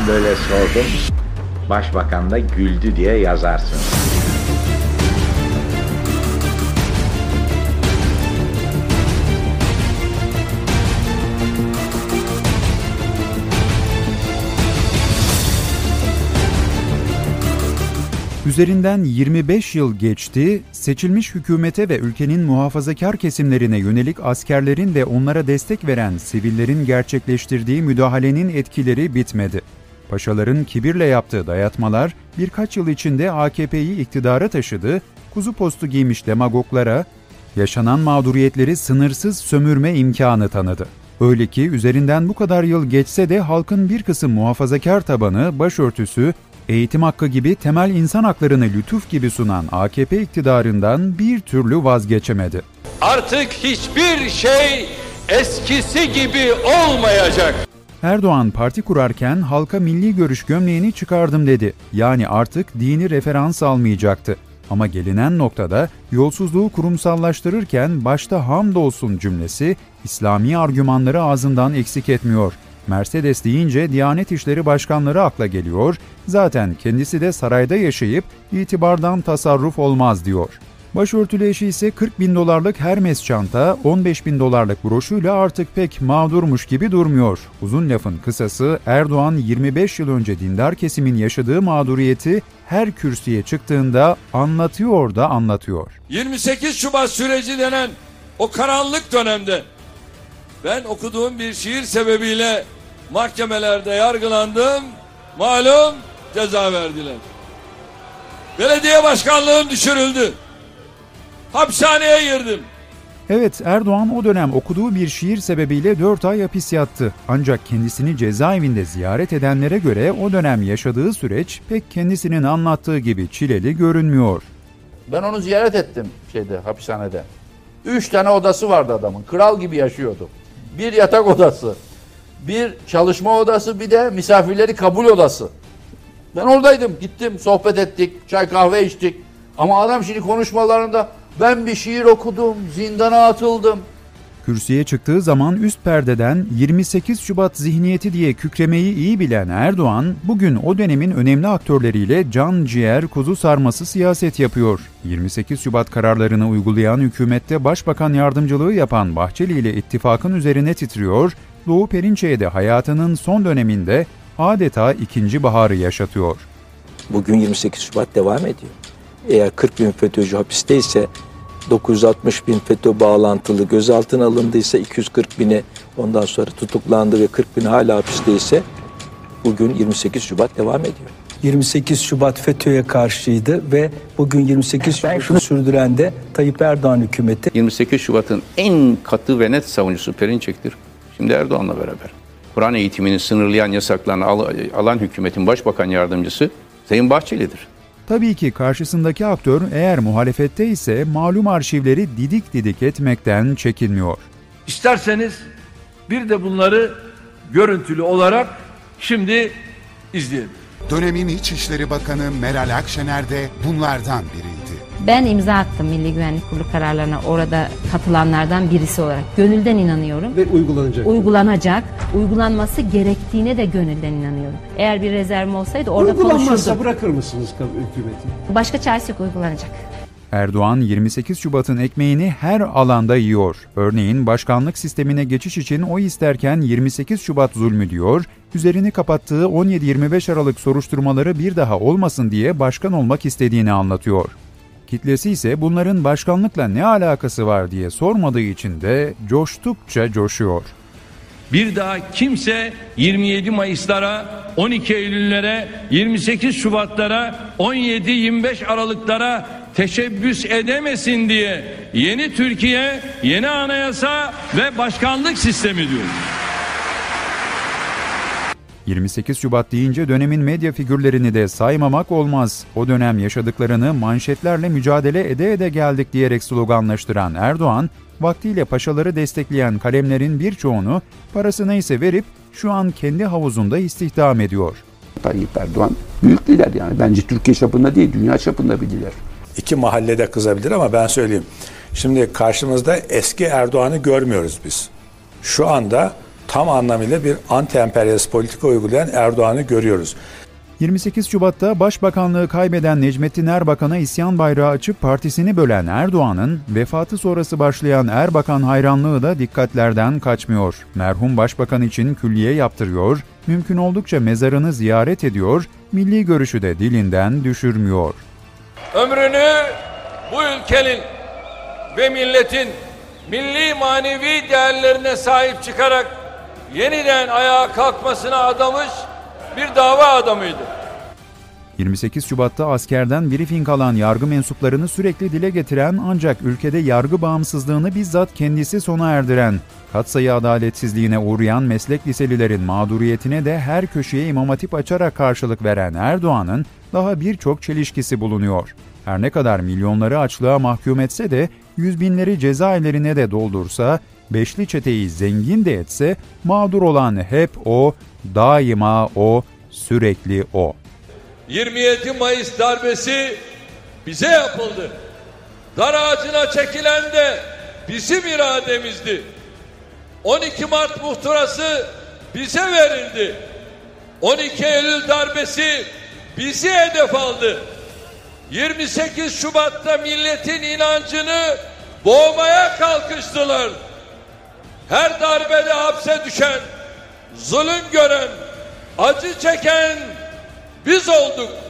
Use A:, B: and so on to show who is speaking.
A: Ben böyle sordum, başbakan da güldü diye yazarsın.
B: Üzerinden 25 yıl geçti, seçilmiş hükümete ve ülkenin muhafazakar kesimlerine yönelik askerlerin ve onlara destek veren sivillerin gerçekleştirdiği müdahalenin etkileri bitmedi. Paşaların kibirle yaptığı dayatmalar birkaç yıl içinde AKP'yi iktidara taşıdı, kuzu postu giymiş demagoglara yaşanan mağduriyetleri sınırsız sömürme imkanı tanıdı. Öyle ki üzerinden bu kadar yıl geçse de halkın bir kısım muhafazakar tabanı başörtüsü, eğitim hakkı gibi temel insan haklarını lütuf gibi sunan AKP iktidarından bir türlü vazgeçemedi.
C: Artık hiçbir şey eskisi gibi olmayacak.
B: Erdoğan parti kurarken halka milli görüş gömleğini çıkardım dedi. Yani artık dini referans almayacaktı. Ama gelinen noktada yolsuzluğu kurumsallaştırırken başta hamdolsun cümlesi İslami argümanları ağzından eksik etmiyor. Mercedes deyince Diyanet İşleri Başkanları akla geliyor, zaten kendisi de sarayda yaşayıp itibardan tasarruf olmaz diyor. Başörtülü eşi ise 40 bin dolarlık Hermes çanta, 15 bin dolarlık broşuyla artık pek mağdurmuş gibi durmuyor. Uzun lafın kısası Erdoğan 25 yıl önce dindar kesimin yaşadığı mağduriyeti her kürsüye çıktığında anlatıyor da anlatıyor.
C: 28 Şubat süreci denen o karanlık dönemde ben okuduğum bir şiir sebebiyle mahkemelerde yargılandım, malum ceza verdiler. Belediye başkanlığım düşürüldü. Hapishaneye girdim.
B: Evet, Erdoğan o dönem okuduğu bir şiir sebebiyle 4 ay hapis yattı. Ancak kendisini cezaevinde ziyaret edenlere göre o dönem yaşadığı süreç pek kendisinin anlattığı gibi çileli görünmüyor.
D: Ben onu ziyaret ettim hapishanede. 3 tane odası vardı adamın. Kral gibi yaşıyordu. Bir yatak odası, bir çalışma odası, bir de misafirleri kabul odası. Ben oradaydım, gittim, sohbet ettik, çay kahve içtik. Ama adam şimdi konuşmalarında ben bir şiir okudum, zindana atıldım.
B: Kürsüye çıktığı zaman üst perdeden 28 Şubat zihniyeti diye kükremeyi iyi bilen Erdoğan, bugün o dönemin önemli aktörleriyle can ciğer kuzu sarması siyaset yapıyor. 28 Şubat kararlarını uygulayan hükümette başbakan yardımcılığı yapan Bahçeli ile ittifakın üzerine titriyor, Doğu Perinçek'e de hayatının son döneminde adeta ikinci baharı yaşatıyor.
E: Bugün 28 Şubat devam ediyor. Eğer 40 bin FETÖ'cü hapisteyse, 960 bin FETÖ bağlantılı gözaltına alındıysa, 240 bini ondan sonra tutuklandı ve 40 bini hala hapisteyse bugün 28 Şubat devam ediyor.
F: 28 Şubat FETÖ'ye karşıydı ve bugün 28 Şubat'ı sürdüren de Tayyip Erdoğan hükümeti.
G: 28 Şubat'ın en katı ve net savunucusu Perinçek'tir. Şimdi Erdoğan'la beraber. Kur'an eğitimini sınırlayan, yasaklayan alan hükümetin başbakan yardımcısı Sayın Bahçeli'dir.
B: Tabii ki karşısındaki aktör eğer muhalefette ise malum arşivleri didik didik etmekten çekinmiyor.
C: İsterseniz bir de bunları görüntülü olarak şimdi izleyelim.
H: Dönemin İçişleri Bakanı Meral Akşener de bunlardan biriydi.
I: Ben imza attım Milli Güvenlik Kurulu kararlarına, orada katılanlardan birisi olarak. Gönülden inanıyorum.
J: Ve uygulanacak.
I: Uygulanacak. Uygulanması gerektiğine de gönülden inanıyorum. Eğer bir rezervim olsaydı orada konuşurdum.
J: Uygulanmazsa bırakır mısınız hükümeti?
I: Başka çaresi yok, uygulanacak.
B: Erdoğan 28 Şubat'ın ekmeğini her alanda yiyor. Örneğin başkanlık sistemine geçiş için oy isterken 28 Şubat zulmü diyor, üzerini kapattığı 17-25 Aralık soruşturmaları bir daha olmasın diye başkan olmak istediğini anlatıyor. Kitlesi ise bunların başkanlıkla ne alakası var diye sormadığı için de coştukça coşuyor.
C: Bir daha kimse 27 Mayıs'lara, 12 Eylül'lere, 28 Şubat'lara, 17-25 Aralık'lara teşebbüs edemesin diye yeni Türkiye, yeni anayasa ve başkanlık sistemi diyor.
B: 28 Şubat deyince dönemin medya figürlerini de saymamak olmaz. O dönem yaşadıklarını manşetlerle mücadele ede geldik diyerek sloganlaştıran Erdoğan, vaktiyle paşaları destekleyen kalemlerin birçoğunu parası neyse verip şu an kendi havuzunda istihdam ediyor.
K: Tayyip Erdoğan büyük lider yani. Bence Türkiye çapında değil, dünya çapında bir lider.
L: İki mahallede kızabilir ama ben söyleyeyim. Şimdi karşımızda eski Erdoğan'ı görmüyoruz biz. Şu anda tam anlamıyla bir anti-emperyalist politika uygulayan Erdoğan'ı görüyoruz.
B: 28 Şubat'ta Başbakanlığı kaybeden Necmettin Erbakan'a isyan bayrağı açıp partisini bölen Erdoğan'ın vefatı sonrası başlayan Erbakan hayranlığı da dikkatlerden kaçmıyor. Merhum Başbakan için külliye yaptırıyor, mümkün oldukça mezarını ziyaret ediyor, milli görüşü de dilinden düşürmüyor.
C: Ömrünü bu ülkenin ve milletin milli manevi değerlerine sahip çıkarak yeniden ayağa kalkmasına adamış bir dava adamıydı.
B: 28 Şubat'ta askerden briefing alan yargı mensuplarını sürekli dile getiren ancak ülkede yargı bağımsızlığını bizzat kendisi sona erdiren, katsayı adaletsizliğine uğrayan meslek liselilerin mağduriyetine de her köşeye İmam Hatip açarak karşılık veren Erdoğan'ın daha birçok çelişkisi bulunuyor. Her ne kadar milyonları açlığa mahkum etse de yüz binleri cezaevlerine de doldursa, beşli çeteyi zengin de etse mağdur olan hep o, daima o, sürekli o.
C: 27 Mayıs darbesi bize yapıldı. Dar ağacına çekilen de bizim irademizdi. 12 Mart muhtırası bize verildi. 12 Eylül darbesi bizi hedef aldı. 28 Şubat'ta milletin inancını boğmaya kalkıştılar. Her darbede hapse düşen, zulüm gören, acı çeken biz olduk.